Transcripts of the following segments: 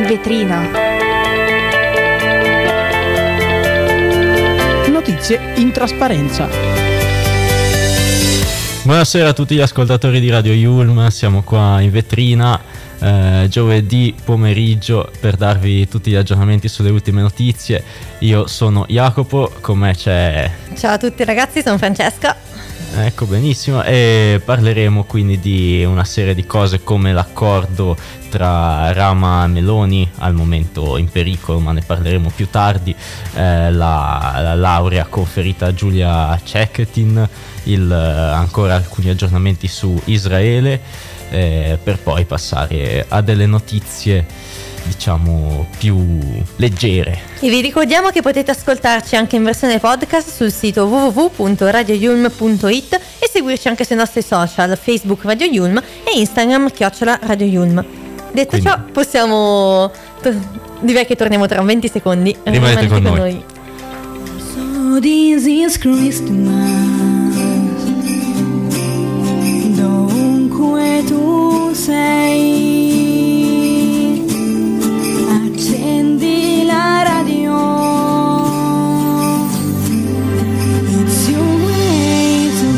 vetrina. Notizie in trasparenza. Buonasera a tutti gli ascoltatori di Radio Yulm, siamo qua in vetrina giovedì pomeriggio per darvi tutti gli aggiornamenti sulle ultime notizie. Io sono Jacopo, con me c'è... Ciao a tutti ragazzi, sono Francesca. Ecco, benissimo, e parleremo quindi di una serie di cose come l'accordo tra Rama e Meloni, al momento in pericolo, ma ne parleremo più tardi, la laurea conferita a Giulia Cecchettin, ancora alcuni aggiornamenti su Israele, per poi passare a delle notizie diciamo più leggere. E vi ricordiamo che potete ascoltarci anche in versione podcast sul sito www.radioyulm.it e seguirci anche sui nostri social, Facebook Radio Yulm e Instagram @Radio Yulm. Detto Quindi, ciò, possiamo direi che torniamo tra 20 secondi. Rimanete con noi. So this is Christmas, dovunque tu sei. Accendi la radio, it's your way to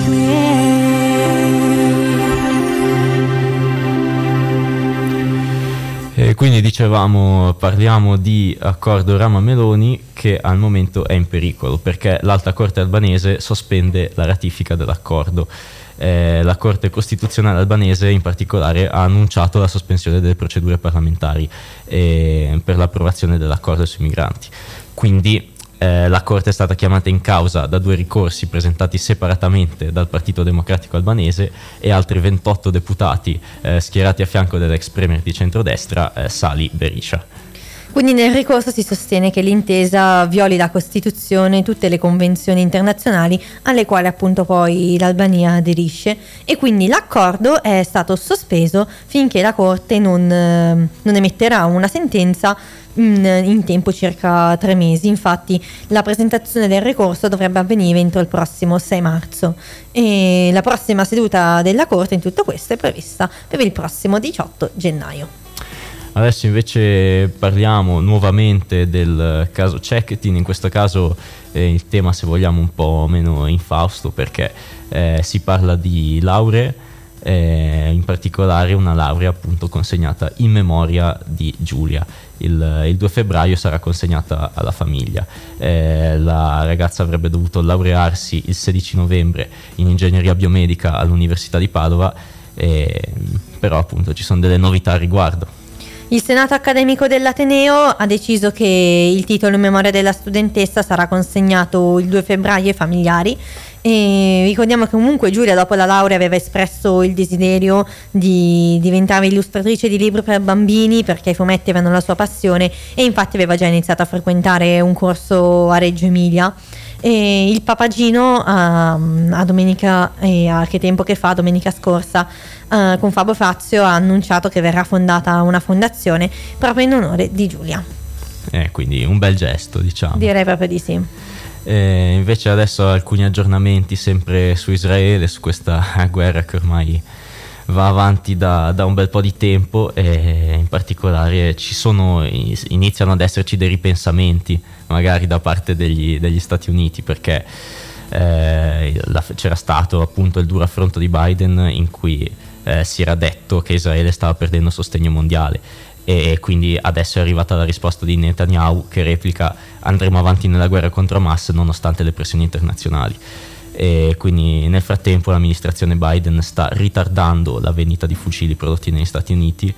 play. E quindi dicevamo, parliamo di accordo Rama-Meloni che al momento è in pericolo perché l'Alta Corte albanese sospende la ratifica dell'accordo. La Corte Costituzionale albanese in particolare ha annunciato la sospensione delle procedure parlamentari per l'approvazione dell'accordo sui migranti. Quindi la Corte è stata chiamata in causa da 2 ricorsi presentati separatamente dal Partito Democratico albanese e altri 28 deputati schierati a fianco dell'ex premier di centrodestra Sali Berisha. Quindi nel ricorso si sostiene che l'intesa violi la Costituzione e tutte le convenzioni internazionali alle quali appunto poi l'Albania aderisce e quindi l'accordo è stato sospeso finché la Corte non emetterà una sentenza in tempo circa 3 mesi. Infatti la presentazione del ricorso dovrebbe avvenire entro il prossimo 6 marzo e la prossima seduta della Corte in tutto questo è prevista per il prossimo 18 gennaio. Adesso invece parliamo nuovamente del caso Cecchettin, in questo caso il tema se vogliamo un po' meno infausto perché si parla di lauree, in particolare una laurea appunto consegnata in memoria di Giulia. Il 2 febbraio sarà consegnata alla famiglia. La ragazza avrebbe dovuto laurearsi il 16 novembre in ingegneria biomedica all'Università di Padova, però appunto ci sono delle novità al riguardo. Il Senato accademico dell'Ateneo ha deciso che il titolo in memoria della studentessa sarà consegnato il 2 febbraio ai familiari e ricordiamo che comunque Giulia dopo la laurea aveva espresso il desiderio di diventare illustratrice di libri per bambini perché i fumetti erano la sua passione e infatti aveva già iniziato a frequentare un corso a Reggio Emilia. E il papagino a domenica, a che tempo che fa, domenica scorsa, con Fabio Fazio ha annunciato che verrà fondata una fondazione proprio in onore di Giulia. Quindi un bel gesto, diciamo. Direi proprio di sì. Invece adesso alcuni aggiornamenti sempre su Israele, su questa guerra che ormai va avanti da un bel po' di tempo e in particolare iniziano ad esserci dei ripensamenti magari da parte degli Stati Uniti perché c'era stato appunto il duro affronto di Biden in cui si era detto che Israele stava perdendo sostegno mondiale e quindi adesso è arrivata la risposta di Netanyahu che replica: andremo avanti nella guerra contro Hamas nonostante le pressioni internazionali. E quindi nel frattempo l'amministrazione Biden sta ritardando la vendita di fucili prodotti negli Stati Uniti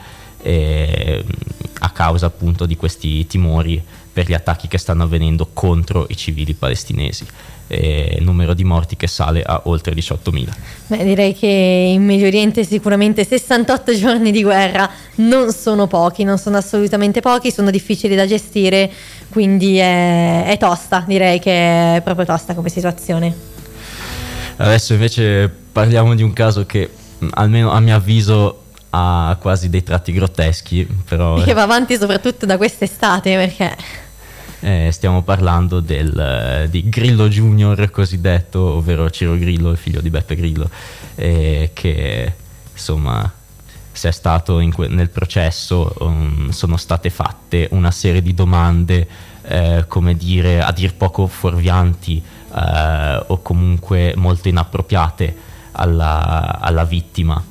a causa appunto di questi timori per gli attacchi che stanno avvenendo contro i civili palestinesi. Numero di morti che sale a oltre 18.000. Beh, direi che in Medio Oriente sicuramente 68 giorni di guerra non sono pochi, non sono assolutamente pochi, sono difficili da gestire, quindi è tosta, direi che è proprio tosta come situazione. Adesso invece parliamo di un caso che almeno a mio avviso ha quasi dei tratti grotteschi, però che va avanti soprattutto da quest'estate perché stiamo parlando di Grillo Junior cosiddetto, ovvero Ciro Grillo, il figlio di Beppe Grillo, che insomma se è stato nel processo, sono state fatte una serie di domande, come dire, a dir poco fuorvianti, o comunque molto inappropriate alla vittima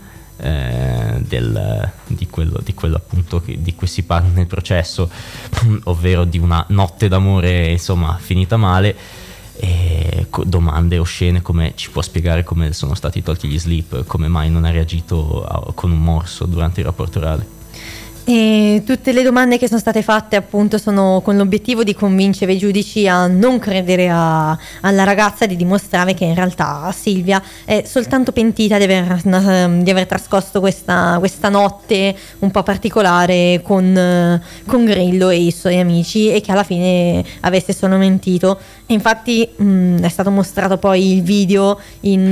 di quello appunto di cui si parla nel processo, ovvero di una notte d'amore, insomma, finita male. E domande oscene come: ci può spiegare come sono stati tolti gli slip, come mai non ha reagito con un morso durante il rapporto orale? E tutte le domande che sono state fatte appunto sono con l'obiettivo di convincere i giudici a non credere alla ragazza, di dimostrare che in realtà Silvia è soltanto pentita di aver trascorso questa notte un po' particolare con Grillo e i suoi amici, e che alla fine avesse solo mentito. E infatti è stato mostrato poi il video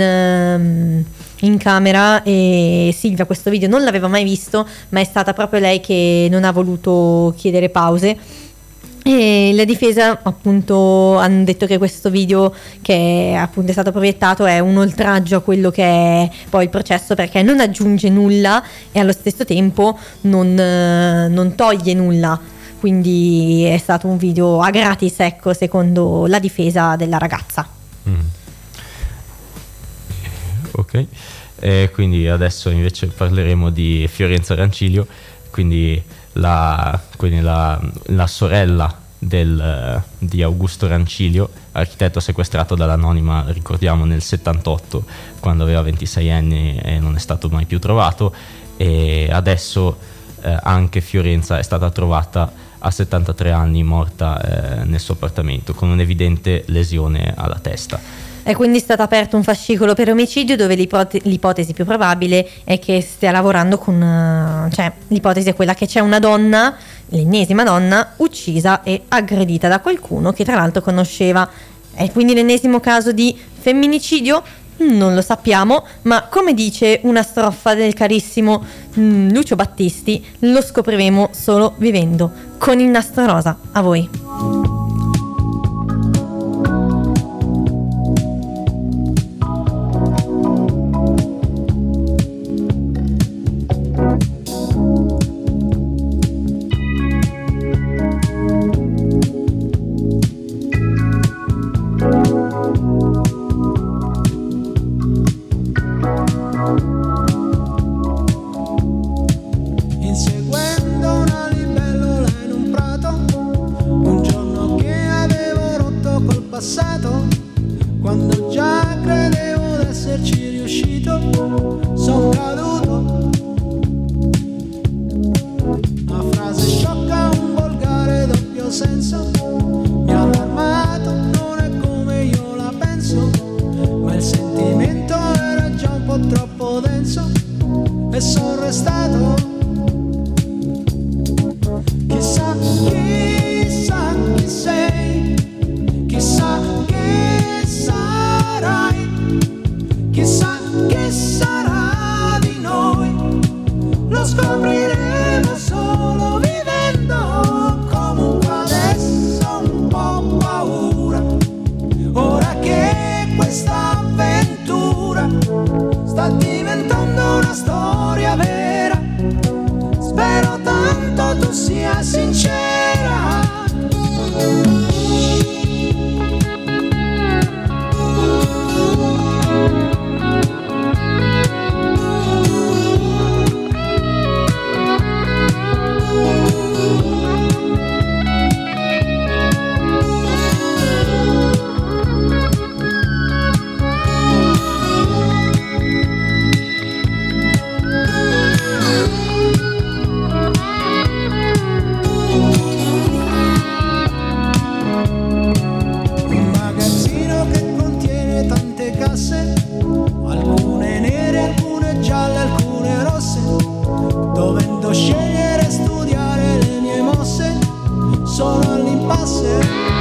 in camera, e Silvia questo video non l'aveva mai visto, ma è stata proprio lei che non ha voluto chiedere pause. E la difesa appunto hanno detto che questo video, che appunto è stato proiettato, è un oltraggio a quello che è poi il processo, perché non aggiunge nulla e allo stesso tempo non toglie nulla. Quindi è stato un video a gratis, ecco, secondo la difesa della ragazza. Ok, quindi adesso invece parleremo di Fiorenza Rancilio, quindi la sorella di Augusto Rancilio, architetto sequestrato dall'anonima, ricordiamo, nel 78, quando aveva 26 anni e non è stato mai più trovato. E adesso anche Fiorenza è stata trovata a 73 anni morta nel suo appartamento con un'evidente lesione alla testa. È quindi stato aperto un fascicolo per omicidio, dove l'ipotesi più probabile è che stia lavorando cioè l'ipotesi è quella che c'è una donna, l'ennesima donna, uccisa e aggredita da qualcuno che tra l'altro conosceva. È quindi l'ennesimo caso di femminicidio? Non lo sappiamo, ma come dice una strofa del carissimo Lucio Battisti, lo scopriremo solo vivendo. Con il nastro rosa, a voi. Inseguendo una libellula in un prato, un giorno che avevo rotto col passato, quando già credevo d'esserci riuscito, son caduto. Una frase sciocca, un volgare doppio senso, mi ha allarmato, non è come io la penso, ma il sentimento era già un po' troppo denso e son restato. Chissà chi sei, chissà che sarai, chissà che sarà di noi, lo scopriremo solo vivendo. Comunque adesso ho un po' paura, ora che questa avventura sta diventando una storia vera. Spero tanto tu sia sincera. Alcune nere, alcune gialle, alcune rosse, dovendo scegliere e studiare le mie mosse, sono all'impasse.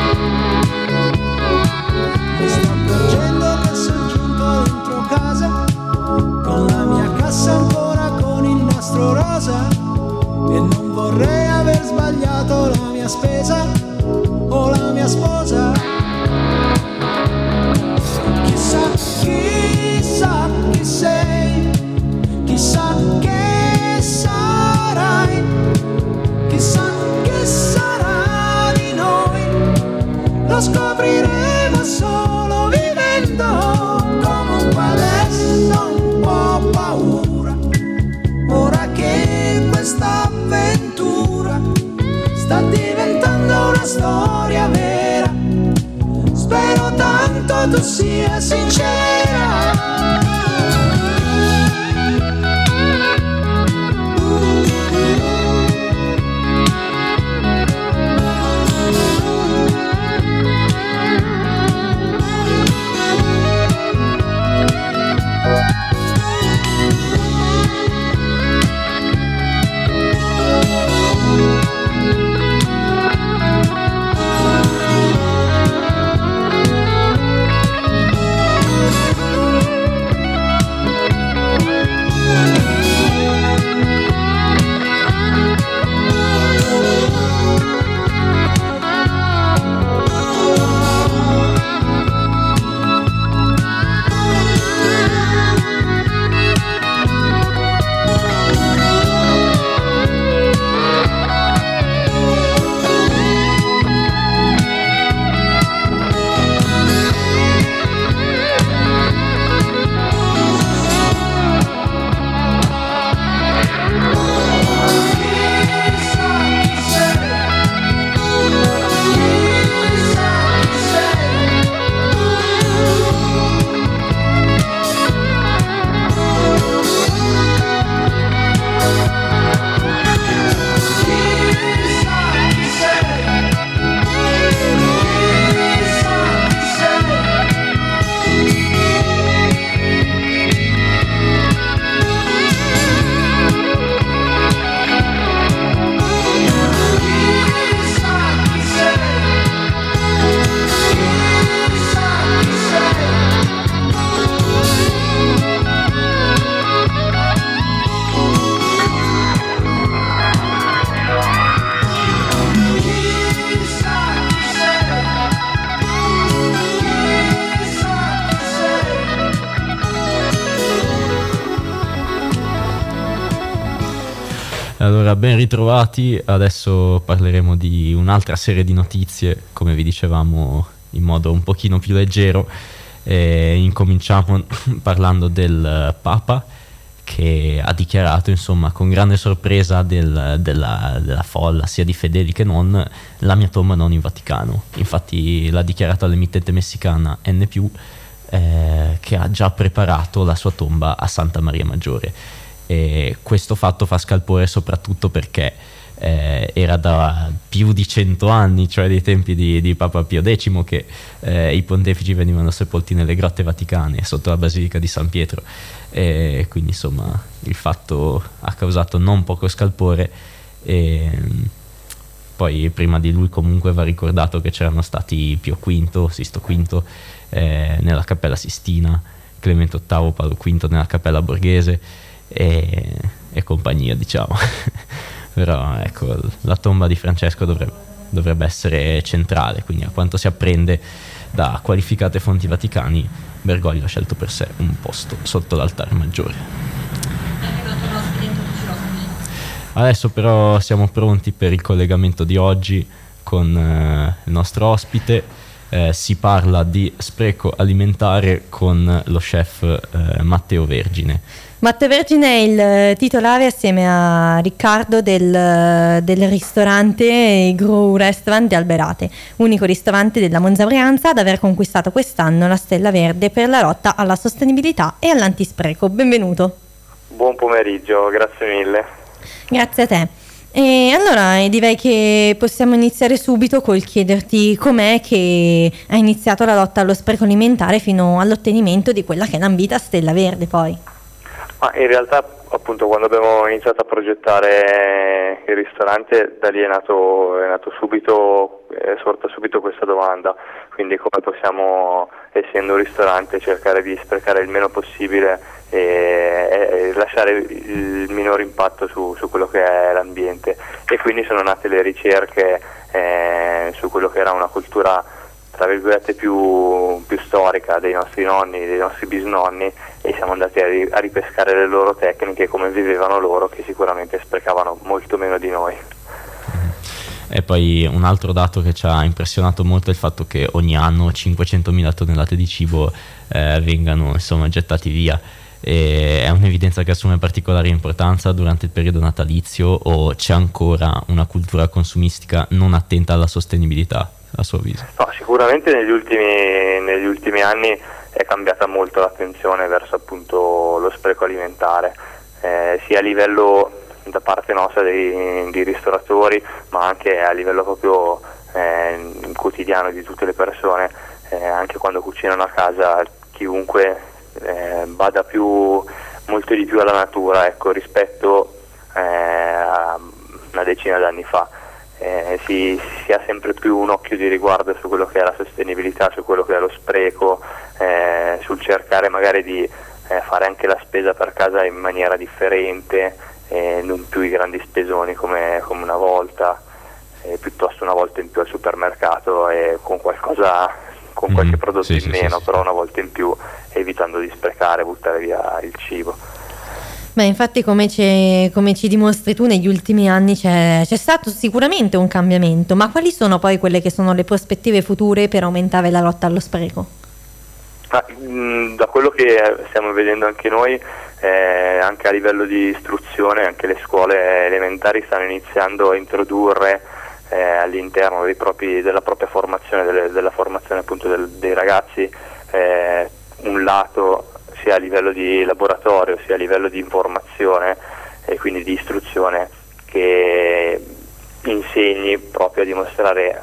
Mi sto accorgendo che sono giunto dentro casa, con la mia cassa ancora con il nastro rosa, e non vorrei aver sbagliato la mia spesa o la mia sposa. Chissà chi sei, chissà che sia sincera. Allora, ben ritrovati, adesso parleremo di un'altra serie di notizie, come vi dicevamo, in modo un pochino più leggero. Incominciamo parlando del Papa, che ha dichiarato, insomma, con grande sorpresa della folla, sia di fedeli che non, la mia tomba non in Vaticano. Infatti l'ha dichiarato all'emittente messicana N+, che ha già preparato la sua tomba a Santa Maria Maggiore. E questo fatto fa scalpore soprattutto perché era da più di 100 anni, cioè dei tempi di Papa Pio X, che i pontefici venivano sepolti nelle grotte vaticane sotto la Basilica di San Pietro, e quindi insomma il fatto ha causato non poco scalpore. E poi prima di lui comunque va ricordato che c'erano stati Pio V, Sisto V nella Cappella Sistina, Clemente VIII, Paolo V nella Cappella Borghese e compagnia, diciamo. Però ecco, la tomba di Francesco dovrebbe essere centrale, quindi a quanto si apprende da qualificate fonti vaticani, Bergoglio ha scelto per sé un posto sotto l'altare maggiore. Adesso però siamo pronti per il collegamento di oggi con il nostro ospite. Si parla di spreco alimentare con lo chef Matteo Vergine. Matteo Vergine è il titolare assieme a Riccardo del ristorante Grow Restaurant di Alberate, unico ristorante della Monza Brianza ad aver conquistato quest'anno la Stella Verde per la lotta alla sostenibilità e all'antispreco. Benvenuto. Buon pomeriggio, grazie mille. Grazie a te. E allora direi che possiamo iniziare subito col chiederti com'è che hai iniziato la lotta allo spreco alimentare fino all'ottenimento di quella che è l'ambita Stella Verde poi. In realtà appunto quando abbiamo iniziato a progettare il ristorante, da lì è nato subito, è sorta subito questa domanda, quindi come possiamo, essendo un ristorante, cercare di sprecare il meno possibile e lasciare il minor impatto su quello che è l'ambiente, e quindi sono nate le ricerche su quello che era una cultura tra virgolette più storica dei nostri nonni, dei nostri bisnonni, e siamo andati a ripescare le loro tecniche, come vivevano loro, che sicuramente sprecavano molto meno di noi. E poi un altro dato che ci ha impressionato molto è il fatto che ogni anno 500.000 tonnellate di cibo vengano insomma gettati via. E è un'evidenza che assume particolare importanza durante il periodo natalizio, o c'è ancora una cultura consumistica non attenta alla sostenibilità, a suo avviso? No, sicuramente negli ultimi anni è cambiata molto l'attenzione verso appunto lo spreco alimentare, sia a livello da parte nostra di ristoratori, ma anche a livello proprio quotidiano di tutte le persone, anche quando cucinano a casa, chiunque vada molto di più alla natura, ecco, rispetto a una decina d'anni fa. Si ha sempre più un occhio di riguardo su quello che è la sostenibilità, su quello che è lo spreco, sul cercare magari di fare anche la spesa per casa in maniera differente, non più i grandi spesoni come una volta, piuttosto una volta in più al supermercato e con qualche prodotto in meno, però una volta in più, evitando di sprecare, buttare via il cibo. Beh, infatti come ci dimostri tu, negli ultimi anni c'è stato sicuramente un cambiamento, ma quali sono poi quelle che sono le prospettive future per aumentare la lotta allo spreco? Da quello che stiamo vedendo anche noi, anche a livello di istruzione, anche le scuole elementari stanno iniziando a introdurre all'interno della propria formazione, della formazione appunto dei ragazzi, un lato sia a livello di laboratorio sia a livello di informazione e quindi di istruzione, che insegni proprio a dimostrare,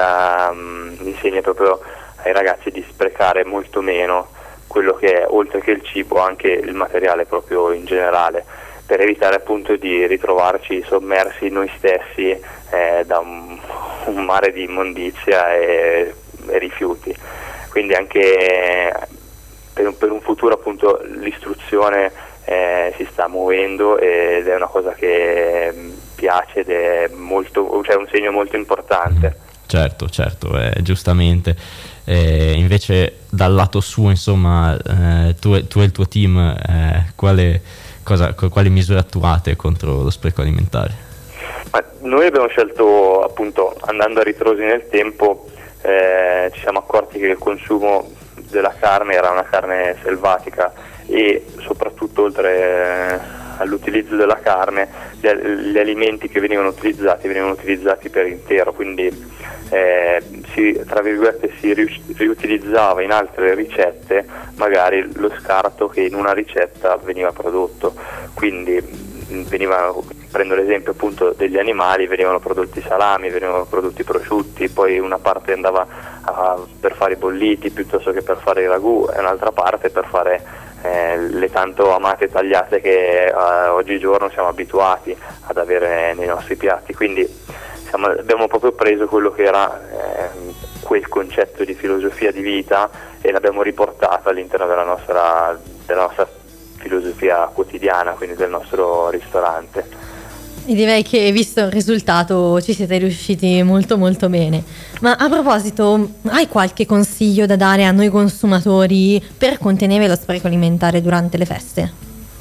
insegna proprio ai ragazzi di sprecare molto meno quello che è, oltre che il cibo, anche il materiale proprio in generale, per evitare appunto di ritrovarci sommersi noi stessi da un mare di immondizia e rifiuti. Quindi anche per un futuro appunto l'istruzione si sta muovendo ed è una cosa che piace ed è un segno molto importante. Certo, giustamente. Invece dal lato suo, insomma, tu e il tuo team, quali misure attuate contro lo spreco alimentare? Ma noi abbiamo scelto, appunto, andando a ritrosi nel tempo, ci siamo accorti che il consumo della carne era una carne selvatica e soprattutto, oltre all'utilizzo della carne, gli alimenti che venivano utilizzati per intero, quindi tra virgolette si riutilizzava in altre ricette magari lo scarto che in una ricetta veniva prodotto. Quindi prendo l'esempio appunto degli animali, venivano prodotti salami, venivano prodotti prosciutti, poi una parte andava per fare i bolliti piuttosto che per fare i ragù e un'altra parte per fare le tanto amate tagliate che oggigiorno siamo abituati ad avere nei nostri piatti. Quindi abbiamo proprio preso quello che era quel concetto di filosofia di vita e l'abbiamo riportato all'interno della nostra filosofia quotidiana, quindi del nostro ristorante. E direi che, visto il risultato, ci siete riusciti molto molto bene. Ma a proposito, hai qualche consiglio da dare a noi consumatori per contenere lo spreco alimentare durante le feste?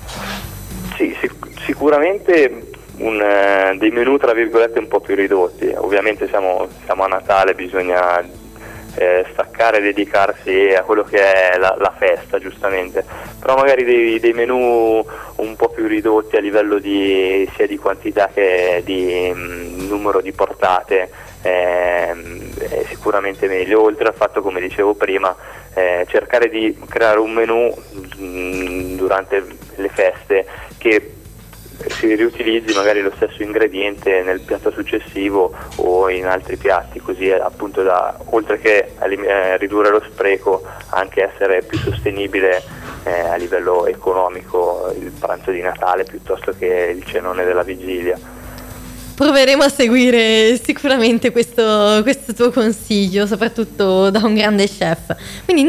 Sì, sicuramente dei menù tra virgolette un po' più ridotti. Ovviamente siamo a Natale, bisogna staccare e dedicarsi a quello che è la festa, giustamente, però magari dei menù un po' più ridotti a livello sia di quantità che di numero di portate è sicuramente meglio, oltre al fatto, come dicevo prima, cercare di creare un menù durante le feste che si riutilizzi magari lo stesso ingrediente nel piatto successivo o in altri piatti, così appunto oltre che ridurre lo spreco, anche essere più sostenibile a livello economico il pranzo di Natale piuttosto che il cenone della vigilia. Proveremo a seguire sicuramente questo tuo consiglio, soprattutto da un grande chef. Quindi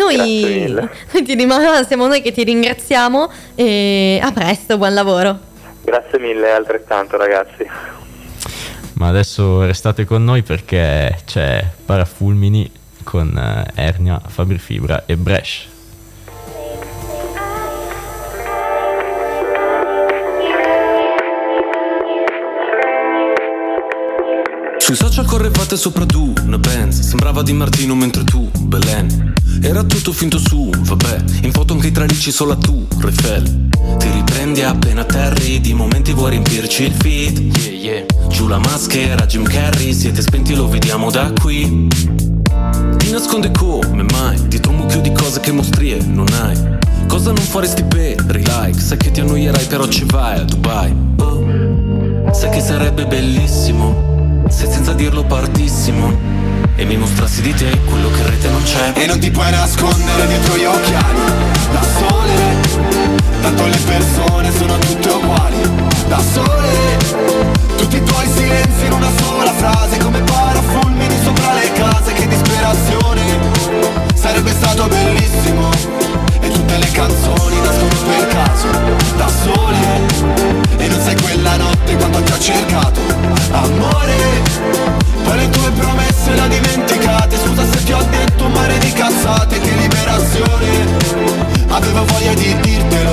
siamo noi che ti ringraziamo e a presto, buon lavoro. Grazie mille, altrettanto ragazzi. Ma adesso restate con noi perché c'è Parafulmini con Ernia, Fabri Fibra e Brescia. Sui social correvate sopra tu, una Benz, sembrava Di Martino mentre tu, Belen. Era tutto finto su, vabbè, in foto anche i tralicci solo a tu, Eiffel. Ti riprendi appena atterri, di momenti vuoi riempirci il feed, yeah. Giù la maschera, Jim Carrey, siete spenti, lo vediamo da qui. Ti nasconde come mai dietro un mucchio di cose che mostrie non hai. Cosa non faresti per i like? Sai che ti annoierai però ci vai a Dubai. Oh, sai che sarebbe bellissimo se senza dirlo partissimo e mi mostrassi di te quello che in rete non c'è. E non ti puoi nascondere dietro gli occhiali da sole, tanto le persone sono tutte uguali. Da sole, tutti i tuoi silenzi in una sola frase, come parafulmini sopra le case. Che disperazione, sarebbe stato bellissimo. E tutte le canzoni nascono per caso, da sole. E non sai quella notte quando ti ho cercato, amore. Poi le tue promesse le ho dimenticate. Scusa se ti ho detto un mare di cazzate. Che liberazione, avevo voglia di dirtelo.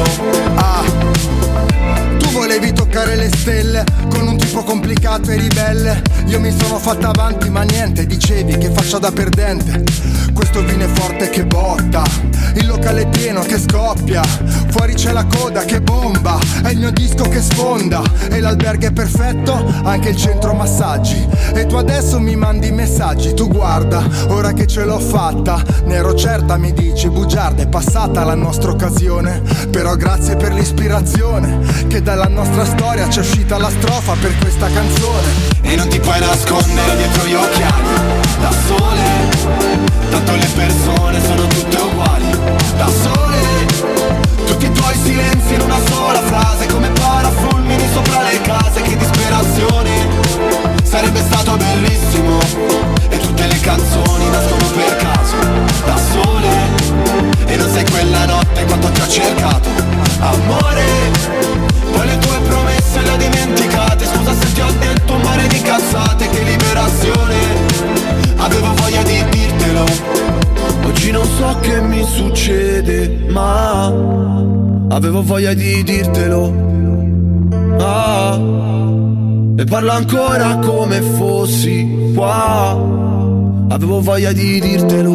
Tu volevi toccare le stelle con un tipo complicato e ribelle. Io mi sono fatta avanti ma niente, dicevi che faccia da perdente. Questo vino è forte che botta, il locale è pieno che scoppia, fuori c'è la coda che bomba, è il mio disco che sfonda. E l'albergo è perfetto, anche il centro massaggi. E tu adesso mi mandi messaggi, tu guarda, ora che ce l'ho fatta. Ne ero certa, mi dici, bugiarda, è passata la nostra occasione. Però grazie per l'ispirazione, che dalla nostra storia c'è uscita la strofa per questa canzone. E non ti puoi nascondere dietro gli occhiali, da sole, tanto le persone sono tutte uguali. Da sole, tutti i tuoi silenzi in una sola frase, come parafulmini sopra le case. Che disperazione, sarebbe stato bellissimo. E tutte le canzoni nascono per caso, da sole. E non sai quella notte quanto ti ho cercato, amore. Poi le tue promesse le ho dimenticate. Scusa se ti ho detto un mare di cazzate. Che liberazione, avevo voglia di dirtelo. Oggi non so che mi succede, ma avevo voglia di dirtelo. E parlo ancora come fossi qua. Avevo voglia di dirtelo.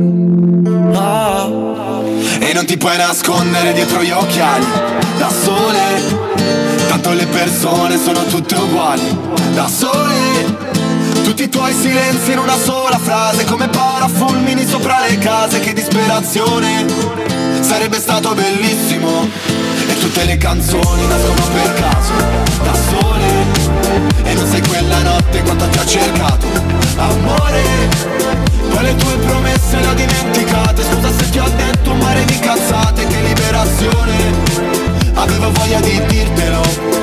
E non ti puoi nascondere dietro gli occhiali, da sole, tanto le persone sono tutte uguali. Da sole, tutti i tuoi silenzi in una sola frase, come parafulmini sopra le case. Che disperazione, sarebbe stato bellissimo. E tutte le canzoni nascono per caso, da sole. E non sai quella notte quanto ti ho cercato, amore. Poi le tue promesse le ho dimenticate. Scusa se ti ho detto un mare di cazzate. Che liberazione, avevo voglia di dirtelo.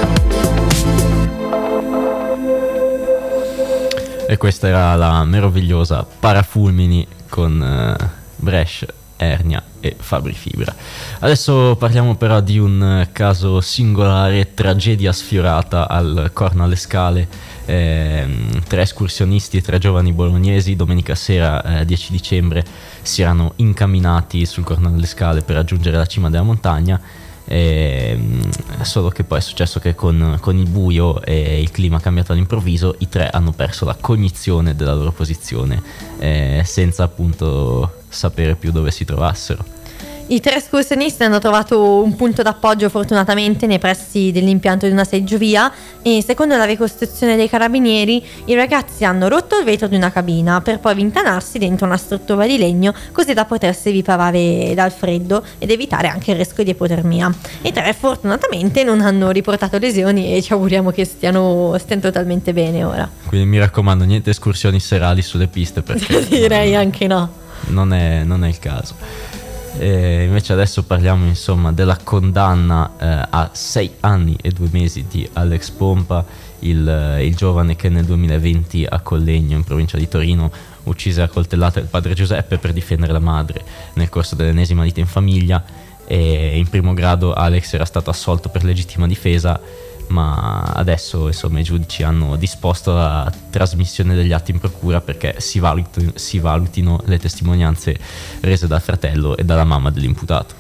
E questa era la meravigliosa Parafulmini con Brescia, Ernia e Fabri Fibra. Adesso parliamo però di un caso singolare, tragedia sfiorata al Corno alle Scale. 3 escursionisti e 3 giovani bolognesi domenica sera 10 dicembre si erano incamminati sul Corno alle Scale per raggiungere la cima della montagna. Solo che poi è successo che con il buio e il clima cambiato all'improvviso i 3 hanno perso la cognizione della loro posizione, senza appunto sapere più dove si trovassero. I 3 escursionisti hanno trovato un punto d'appoggio fortunatamente nei pressi dell'impianto di una seggiovia e, secondo la ricostruzione dei carabinieri, i ragazzi hanno rotto il vetro di una cabina per poi rintanarsi dentro una struttura di legno così da potersi riparare dal freddo ed evitare anche il rischio di ipotermia. I 3 fortunatamente non hanno riportato lesioni e ci auguriamo che stiano totalmente bene ora. Quindi mi raccomando, niente escursioni serali sulle piste, perché direi anche no. Non è il caso. Invece adesso parliamo insomma della condanna a 6 anni e 2 mesi di Alex Pompa, il giovane che nel 2020 a Collegno, in provincia di Torino, uccise a coltellate il padre Giuseppe per difendere la madre nel corso dell'ennesima lite in famiglia. E in primo grado Alex era stato assolto per legittima difesa, ma adesso insomma i giudici hanno disposto la trasmissione degli atti in procura perché si valutino le testimonianze rese dal fratello e dalla mamma dell'imputato.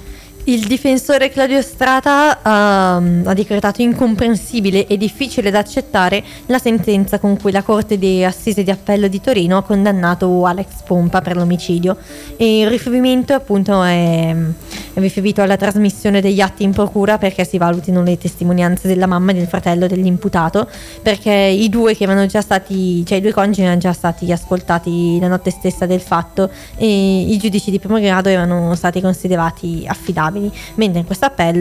Il difensore Claudio Strata ha decretato incomprensibile e difficile da accettare la sentenza con cui la Corte di Assise di Appello di Torino ha condannato Alex Pompa per l'omicidio, e il riferimento appunto è riferito alla trasmissione degli atti in procura perché si valutino le testimonianze della mamma e del fratello dell'imputato, perché i due coniugi erano già stati ascoltati la notte stessa del fatto e i giudici di primo grado erano stati considerati affidabili, mentre in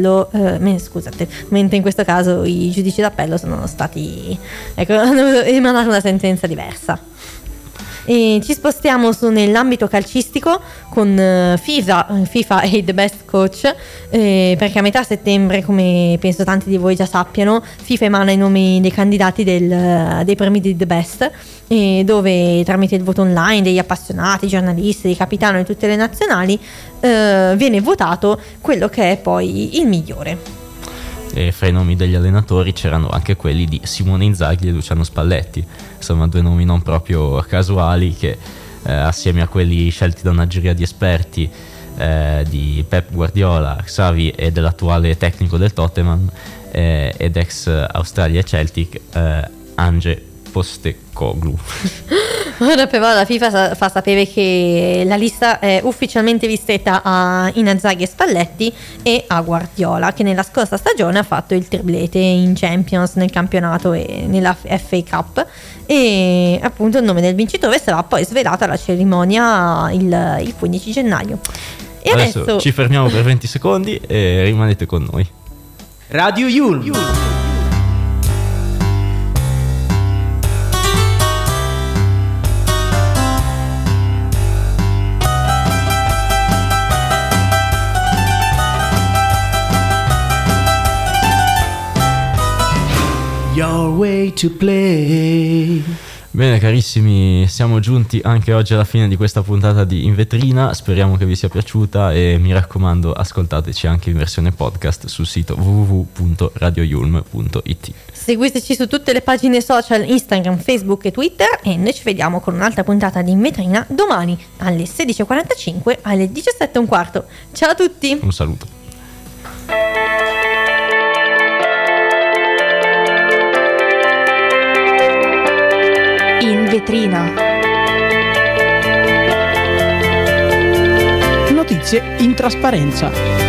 questo caso i giudici d'appello sono stati hanno emanato una sentenza diversa. E ci spostiamo nell'ambito calcistico con FIFA e The Best Coach, perché a metà settembre, come penso tanti di voi già sappiano, FIFA emana i nomi dei candidati dei premi di The Best, dove tramite il voto online degli appassionati, giornalisti, dei capitani di tutte le nazionali viene votato quello che è poi il migliore. E fra i nomi degli allenatori c'erano anche quelli di Simone Inzaghi e Luciano Spalletti, insomma due nomi non proprio casuali che assieme a quelli scelti da una giuria di esperti di Pep Guardiola, Xavi e dell'attuale tecnico del Tottenham ed ex Australia e Celtic Ange Postecoglou. Ora però la FIFA fa sapere che la lista è ufficialmente ristretta a Inzaghi e Spalletti e a Guardiola, che nella scorsa stagione ha fatto il triplete in Champions, nel campionato e nella FA Cup, e appunto il nome del vincitore sarà poi svelato alla cerimonia il 15 gennaio. E adesso ci fermiamo per 20 secondi e rimanete con noi. Radio Yulm. Your way to play. Bene carissimi, siamo giunti anche oggi alla fine di questa puntata di In Vetrina, speriamo che vi sia piaciuta e mi raccomando ascoltateci anche in versione podcast sul sito www.radioyulm.it. Seguiteci su tutte le pagine social Instagram, Facebook e Twitter, e noi ci vediamo con un'altra puntata di In Vetrina domani alle 16:45 alle 17:15. Ciao a tutti! Un saluto. In vetrina. Notizie in trasparenza.